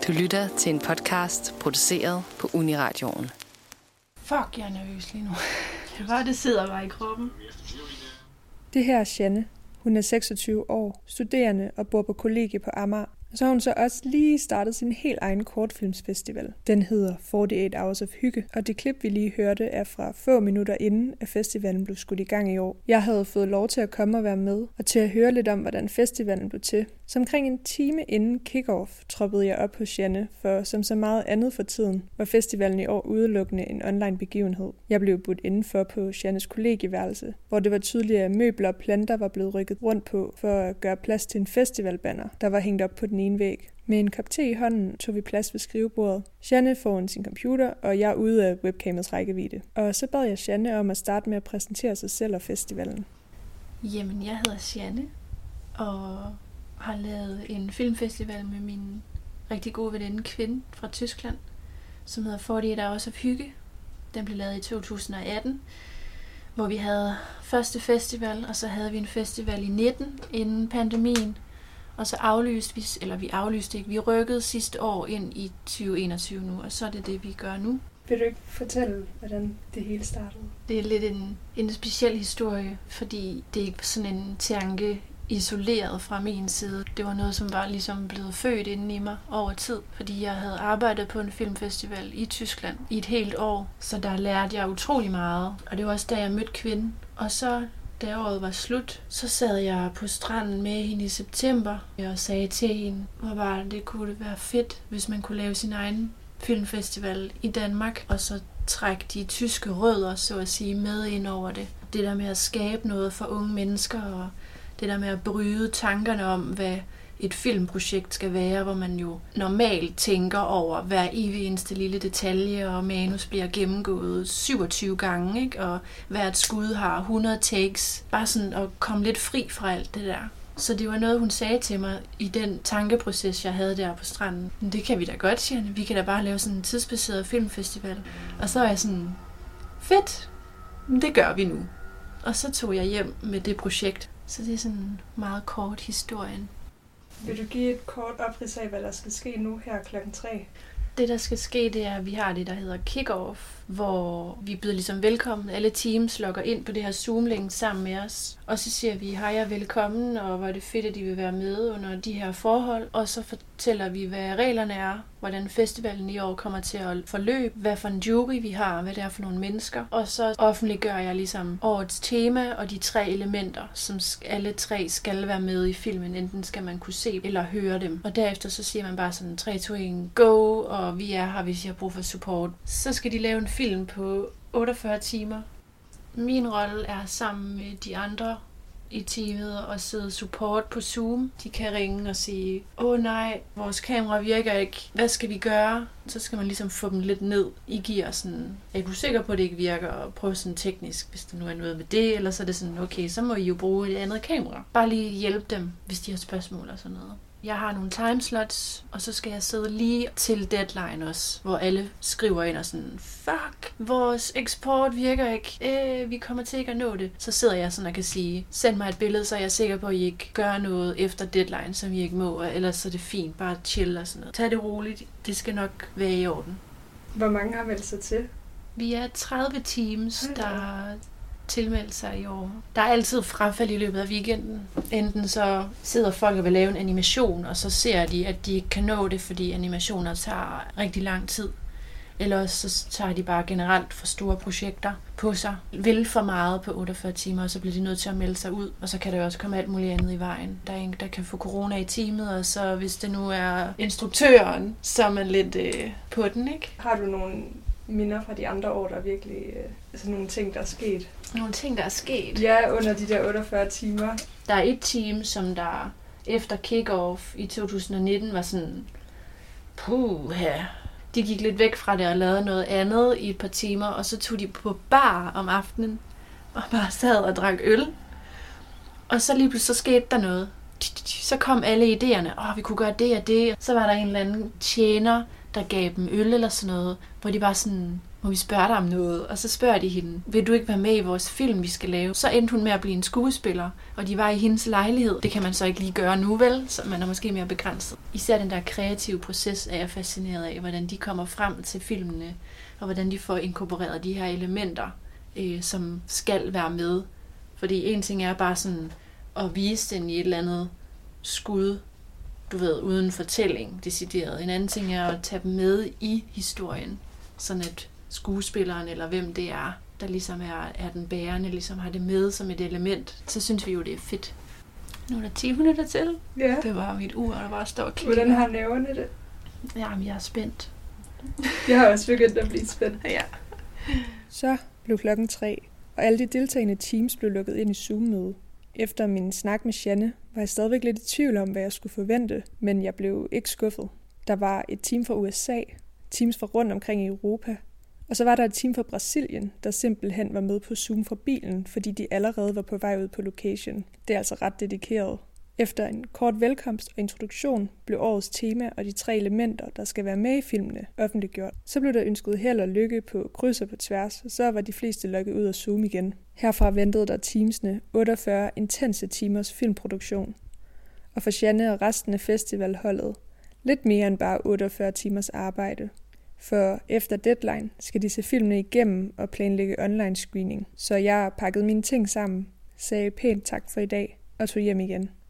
Du lytter til en podcast produceret på Uniradioen. Fuck, jeg er nervøs lige nu. Det sidder bare i kroppen. Det her er Janne. Hun er 26 år, studerende og bor på kollegie på Amager. Og så har hun så også lige startet sin helt egen kortfilmsfestival. Den hedder 48 Hours of Hygge, og det klip, vi lige hørte, er fra få minutter inden, at festivalen blev skudt i gang i år. Jeg havde fået lov til at komme og være med, og til at høre lidt om, hvordan festivalen blev til. Så omkring en time inden kick-off troppede jeg op hos Janne, for som så meget andet for tiden, var festivalen i år udelukkende en online begivenhed. Jeg blev budt indenfor på Jannes kollegieværelse, hvor det var tydeligt, at møbler og planter var blevet rykket rundt på, for at gøre plads til en festivalbanner, der var hængt op på den ene væg. Med en kop te i hånden tog vi plads ved skrivebordet. Janne foran sin computer, og jeg ude af webcammets rækkevidde. Og så bad jeg Janne om at starte med at præsentere sig selv og festivalen. Jamen, jeg hedder Janne, og har lavet en filmfestival med min rigtig gode veninde Kvinde fra Tyskland, som hedder 48 Hours of Hygge. Den blev lavet i 2018, hvor vi havde første festival, og så havde vi en festival i 19 inden pandemien. Og så vi rykkede sidste år ind i 2021 nu, og så er det, vi gør nu. Vil du ikke fortælle, hvordan det hele startede? Det er lidt en speciel historie, fordi det er ikke sådan en tanke isoleret fra min side. Det var noget, som var ligesom blevet født inden i mig over tid, fordi jeg havde arbejdet på en filmfestival i Tyskland i et helt år, så der lærte jeg utrolig meget, og det var også da jeg mødte Kvinde. Og så da året var slut, så sad jeg på stranden med hende i september og sagde til hende, hvor det kunne være fedt, hvis man kunne lave sin egen filmfestival i Danmark, og så trække de tyske rødder, så at sige, med ind over det. Det der med at skabe noget for unge mennesker, og det der med at bryde tankerne om, hvad et filmprojekt skal være, hvor man jo normalt tænker over hver evig eneste lille detalje, og manus bliver gennemgået 27 gange, ikke? Og hvert skud har 100 takes. Bare sådan at komme lidt fri fra alt det der. Så det var noget, hun sagde til mig i den tankeproces, jeg havde der på stranden. Det kan vi da godt, siger han. Vi kan da bare lave sådan en tidsbaseret filmfestival. Og så var jeg sådan, fedt, det gør vi nu. Og så tog jeg hjem med det projekt. Så det er sådan meget kort historien. Vil du give et kort oprids af, hvad der skal ske nu her klokken 3? Det, der skal ske, det er, at vi har det, der hedder kick-off, hvor vi byder ligesom velkommen. Alle teams logger ind på det her Zoom-link sammen med os. Og så siger vi, hej og velkommen, og hvor er det fedt, at de vil være med under de her forhold. Og så fortæller vi, hvad reglerne er, hvordan festivalen i år kommer til at forløbe, hvad for en jury vi har, hvad det er for nogle mennesker. Og så offentliggør jeg ligesom årets tema og de 3 elementer, som alle 3 skal være med i filmen. Enten skal man kunne se eller høre dem. Og derefter så siger man bare sådan 3, 2, 1, go, og vi er her, hvis I har brug for support. Så skal de lave en film på 48 timer. Min rolle er sammen med de andre i teamet og sidde support på Zoom. De kan ringe og sige, nej, vores kamera virker ikke. Hvad skal vi gøre? Så skal man ligesom få dem lidt ned i gear. Sådan, er du sikker på, at det ikke virker? Og prøve sådan teknisk, hvis der nu er noget med det. Eller så er det sådan, okay, så må I jo bruge et andet kamera. Bare lige hjælpe dem, hvis de har spørgsmål og sådan noget. Jeg har nogle timeslots, og så skal jeg sidde lige til deadline også, hvor alle skriver ind og sådan, fuck, vores eksport virker ikke, vi kommer til ikke at nå det. Så sidder jeg sådan og kan sige, send mig et billede, så er jeg sikker på, at I ikke gør noget efter deadline, som I ikke må, og ellers så er det fint, bare chill og sådan noget. Tag det roligt, det skal nok være i orden. Hvor mange har meldt sig til? Vi er 30 teams, der har tilmeldt sig i år. Der er altid frafald i løbet af weekenden. Enten så sidder folk og vil lave en animation, og så ser de, at de ikke kan nå det, fordi animationer tager rigtig lang tid. Eller så tager de bare generelt for store projekter på sig. Vil for meget på 48 timer, og så bliver de nødt til at melde sig ud. Og så kan der også komme alt muligt andet i vejen. Der er en, der kan få corona i teamet, og så hvis det nu er instruktøren, så er man lidt på den, ikke? Har du nogle minder fra de andre år, der virkelig altså nogle ting, der er sket? Nogle ting, der er sket? Ja, under de der 48 timer. Der er et team, som der efter kick-off i 2019 var sådan, de gik lidt væk fra det og lavede noget andet i et par timer, og så tog de på bar om aftenen og bare sad og drak øl. Og så lige pludselig så skete der noget. Så kom alle idéerne, vi kunne gøre det og det. Så var der en eller anden tjener, der gav dem øl eller sådan noget, hvor de bare sådan, må vi spørge dig om noget? Og så spørger de hende, vil du ikke være med i vores film, vi skal lave? Så endte hun med at blive en skuespiller, og de var i hendes lejlighed. Det kan man så ikke lige gøre nu, vel? Så man er måske mere begrænset. Især den der kreative proces er jeg fascineret af, hvordan de kommer frem til filmene, og hvordan de får inkorporeret de her elementer, som skal være med. Fordi en ting er bare sådan at vise den i et eller andet skud, du ved, uden fortælling, decideret. En anden ting er at tage dem med i historien, sådan at skuespilleren, eller hvem det er, der ligesom er den bærende, ligesom har det med som et element. Så synes vi jo, det er fedt. Nu er der 10 minutter til. Ja. Det var mit ur, der bare står og klikker. Hvordan har nerverne det? Jamen, jeg er spændt. Jeg har også begyndt at blive spændt. Ja. Så blev klokken 3, og alle de deltagende teams blev lukket ind i Zoom-møde. Efter min snak med Janne var jeg stadigvæk lidt i tvivl om, hvad jeg skulle forvente, men jeg blev ikke skuffet. Der var et team fra USA, teams fra rundt omkring i Europa, og så var der et team fra Brasilien, der simpelthen var med på Zoom fra bilen, fordi de allerede var på vej ud på location. Det er altså ret dedikeret. Efter en kort velkomst og introduktion blev årets tema og de 3 elementer, der skal være med i filmene, offentliggjort. Så blev der ønsket held og lykke på kryds og på tværs, og så var de fleste logget ud af Zoom igen. Herfra ventede der teamsene 48 intense timers filmproduktion. Og for Janne og resten af festivalholdet lidt mere end bare 48 timers arbejde. For efter deadline skal de se filmene igennem og planlægge online screening. Så jeg pakkede mine ting sammen, sagde pænt tak for i dag og tog hjem igen.